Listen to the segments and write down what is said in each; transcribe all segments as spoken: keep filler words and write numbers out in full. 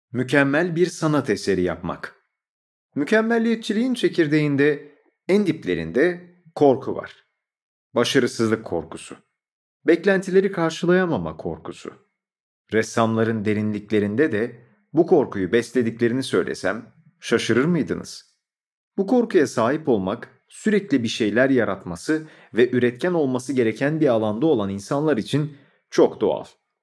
Mükemmel bir sanat eseri yapmak. Mükemmelliyetçiliğin çekirdeğinde, en diplerinde korku var. Başarısızlık korkusu. Beklentileri karşılayamama korkusu. Ressamların derinliklerinde de bu korkuyu beslediklerini söylesem şaşırır mıydınız? Bu korkuya sahip olmak, sürekli bir şeyler yaratması ve üretken olması gereken bir alanda olan insanlar için çok doğal.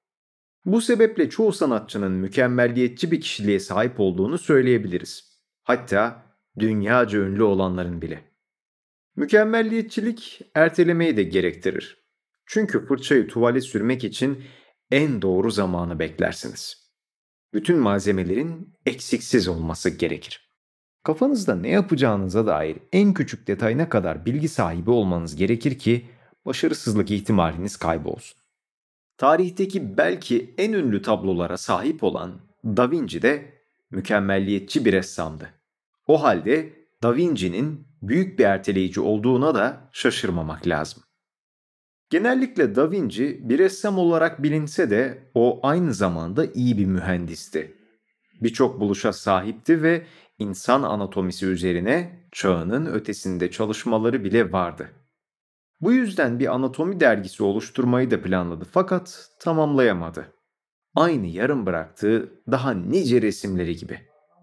Bu sebeple çoğu sanatçının mükemmelliyetçi bir kişiliğe sahip olduğunu söyleyebiliriz. Hatta dünyaca ünlü olanların bile. Mükemmelliyetçilik ertelemeyi de gerektirir. Çünkü fırçayı tuvale sürmek için en doğru zamanı beklersiniz. Bütün malzemelerin eksiksiz olması gerekir. Kafanızda ne yapacağınıza dair en küçük detayına kadar bilgi sahibi olmanız gerekir ki başarısızlık ihtimaliniz kaybolsun. Tarihteki belki en ünlü tablolara sahip olan Da Vinci de mükemmelliyetçi bir ressamdı. O halde Da Vinci'nin büyük bir erteleyici olduğuna da şaşırmamak lazım. Genellikle Da Vinci bir ressam olarak bilinse de o aynı zamanda iyi bir mühendisti. Birçok buluşa sahipti ve insan anatomisi üzerine çağının ötesinde çalışmaları bile vardı. Bu yüzden bir anatomi dergisi oluşturmayı da planladı fakat tamamlayamadı. Aynı yarım bıraktığı daha nice resimleri gibi.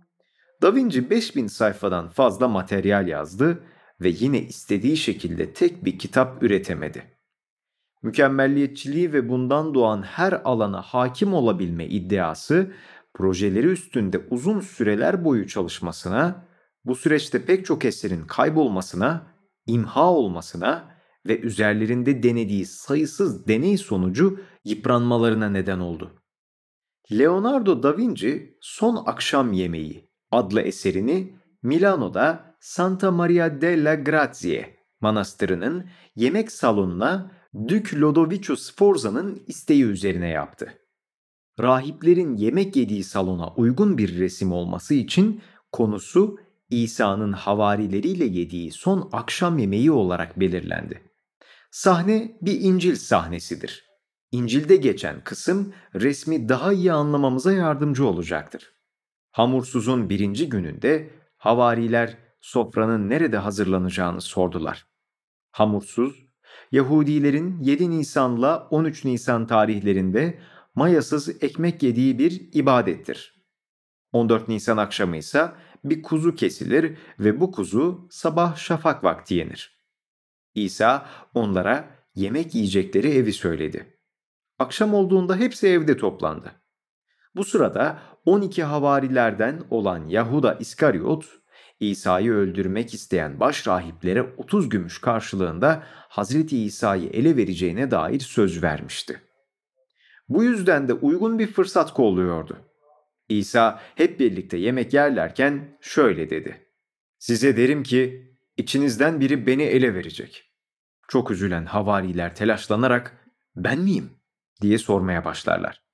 Da Vinci beş bin sayfadan fazla materyal yazdı ve yine istediği şekilde tek bir kitap üretemedi. Mükemmelliyetçiliği ve bundan doğan her alana hakim olabilme iddiası, projeleri üstünde uzun süreler boyu çalışmasına, bu süreçte pek çok eserin kaybolmasına, imha olmasına ve üzerlerinde denediği sayısız deney sonucu yıpranmalarına neden oldu. Leonardo da Vinci Son Akşam Yemeği adlı eserini Milano'da Santa Maria della Grazie manastırının yemek salonuna Dük Lodovico Sforza'nın isteği üzerine yaptı. Rahiplerin yemek yediği salona uygun bir resim olması için konusu İsa'nın havarileriyle yediği son akşam yemeği olarak belirlendi. Sahne bir İncil sahnesidir. İncil'de geçen kısım resmi daha iyi anlamamıza yardımcı olacaktır. Hamursuzun birinci gününde havariler sofranın nerede hazırlanacağını sordular. Hamursuz, Yahudilerin yedi Nisan'la on üç Nisan tarihlerinde mayasız ekmek yediği bir ibadettir. on dört Nisan akşamı ise bir kuzu kesilir ve bu kuzu sabah şafak vakti yenir. İsa onlara yemek yiyecekleri evi söyledi. Akşam olduğunda hepsi evde toplandı. Bu sırada on iki havarilerden olan Yahuda İskaryot, İsa'yı öldürmek isteyen baş rahiplere otuz gümüş karşılığında Hazreti İsa'yı ele vereceğine dair söz vermişti. Bu yüzden de uygun bir fırsat kolluyordu. İsa hep birlikte yemek yerlerken şöyle dedi: "Size derim ki içinizden biri beni ele verecek." Çok üzülen havariler telaşlanarak "Ben miyim?" diye sormaya başlarlar.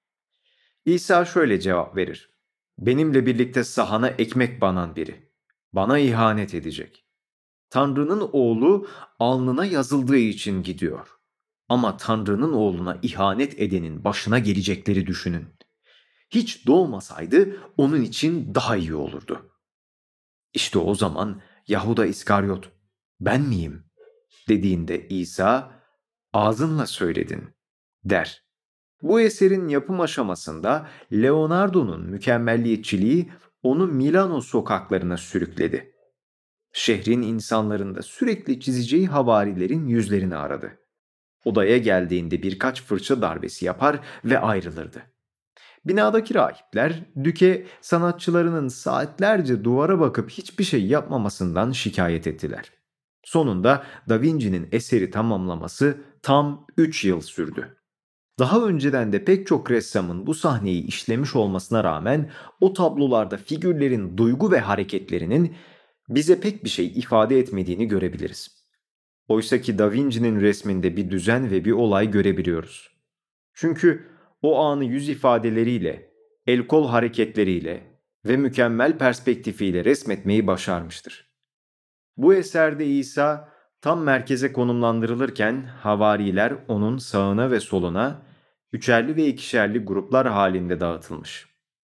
İsa şöyle cevap verir: "Benimle birlikte sahana ekmek banan biri. Bana ihanet edecek. Tanrı'nın oğlu alnına yazıldığı için gidiyor. Ama Tanrı'nın oğluna ihanet edenin başına gelecekleri düşünün. Hiç doğmasaydı onun için daha iyi olurdu." İşte o zaman Yahuda İskaryot, "Ben miyim?" dediğinde İsa, "Ağzınla söyledin," der. Bu eserin yapım aşamasında Leonardo'nun mükemmelliyetçiliği onu Milano sokaklarına sürükledi. Şehrin insanlarında sürekli çizeceği havarilerin yüzlerini aradı. Odaya geldiğinde birkaç fırça darbesi yapar ve ayrılırdı. Binadaki rahipler Düke sanatçılarının saatlerce duvara bakıp hiçbir şey yapmamasından şikayet ettiler. Sonunda Da Vinci'nin eseri tamamlaması tam üç yıl sürdü. Daha önceden de pek çok ressamın bu sahneyi işlemiş olmasına rağmen o tablolarda figürlerin duygu ve hareketlerinin bize pek bir şey ifade etmediğini görebiliriz. Oysa ki Da Vinci'nin resminde bir düzen ve bir olay görebiliyoruz. Çünkü o anı yüz ifadeleriyle, el kol hareketleriyle ve mükemmel perspektifiyle resmetmeyi başarmıştır. Bu eserde İsa tam merkeze konumlandırılırken havariler onun sağına ve soluna üçerli ve ikişerli gruplar halinde dağıtılmış.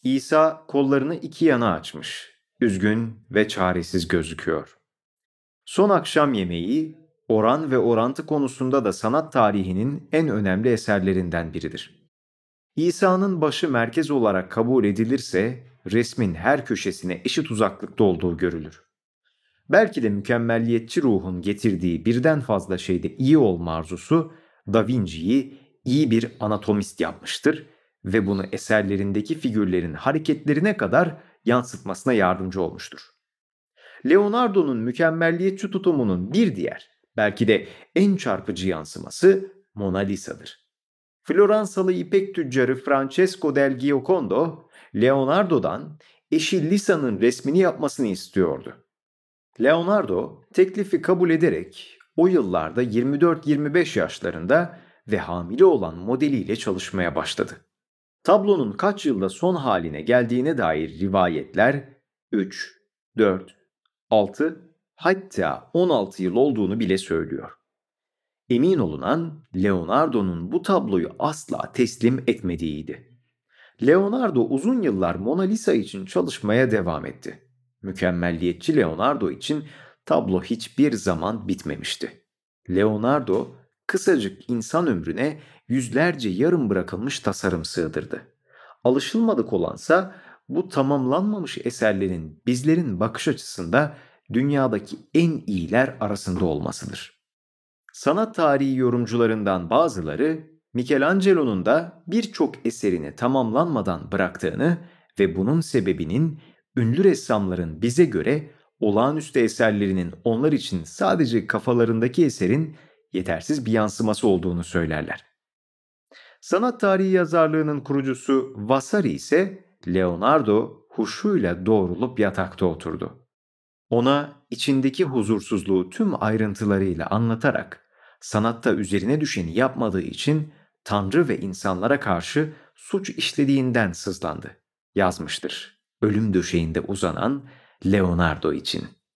İsa kollarını iki yana açmış, üzgün ve çaresiz gözüküyor. Son akşam yemeği, oran ve orantı konusunda da sanat tarihinin en önemli eserlerinden biridir. İsa'nın başı merkez olarak kabul edilirse, resmin her köşesine eşit uzaklıkta olduğu görülür. Belki de mükemmelliyetçi ruhun getirdiği birden fazla şeyde iyi olma arzusu, Da Vinci'yi iyi bir anatomist yapmıştır ve bunu eserlerindeki figürlerin hareketlerine kadar yansıtmasına yardımcı olmuştur. Leonardo'nun mükemmelliyetçi tutumunun bir diğer, belki de en çarpıcı yansıması Mona Lisa'dır. Floransalı ipek tüccarı Francesco del Giocondo, Leonardo'dan eşi Lisa'nın resmini yapmasını istiyordu. Leonardo teklifi kabul ederek o yıllarda yirmi dört yirmi beş yaşlarında ve hamile olan modeliyle çalışmaya başladı. Tablonun kaç yılda son haline geldiğine dair rivayetler üç, dört, altı, hatta on altı yıl olduğunu bile söylüyor. Emin olunan Leonardo'nun bu tabloyu asla teslim etmediğiydi. Leonardo uzun yıllar Mona Lisa için çalışmaya devam etti. Mükemmelliyetçi Leonardo için tablo hiçbir zaman bitmemişti. Leonardo kısacık insan ömrüne yüzlerce yarım bırakılmış tasarım sığdırdı. Alışılmadık olansa bu tamamlanmamış eserlerin bizlerin bakış açısında dünyadaki en iyiler arasında olmasıdır. Sanat tarihi yorumcularından bazıları Michelangelo'nun da birçok eserini tamamlanmadan bıraktığını ve bunun sebebinin ünlü ressamların bize göre olağanüstü eserlerinin onlar için sadece kafalarındaki eserin yetersiz bir yansıması olduğunu söylerler. Sanat tarihi yazarlığının kurucusu Vasari ise Leonardo huşuyla doğrulup yatakta oturdu. Ona içindeki huzursuzluğu tüm ayrıntılarıyla anlatarak sanatta üzerine düşeni yapmadığı için Tanrı ve insanlara karşı suç işlediğinden sızlandı, yazmıştır. Ölüm döşeğinde uzanan Leonardo için.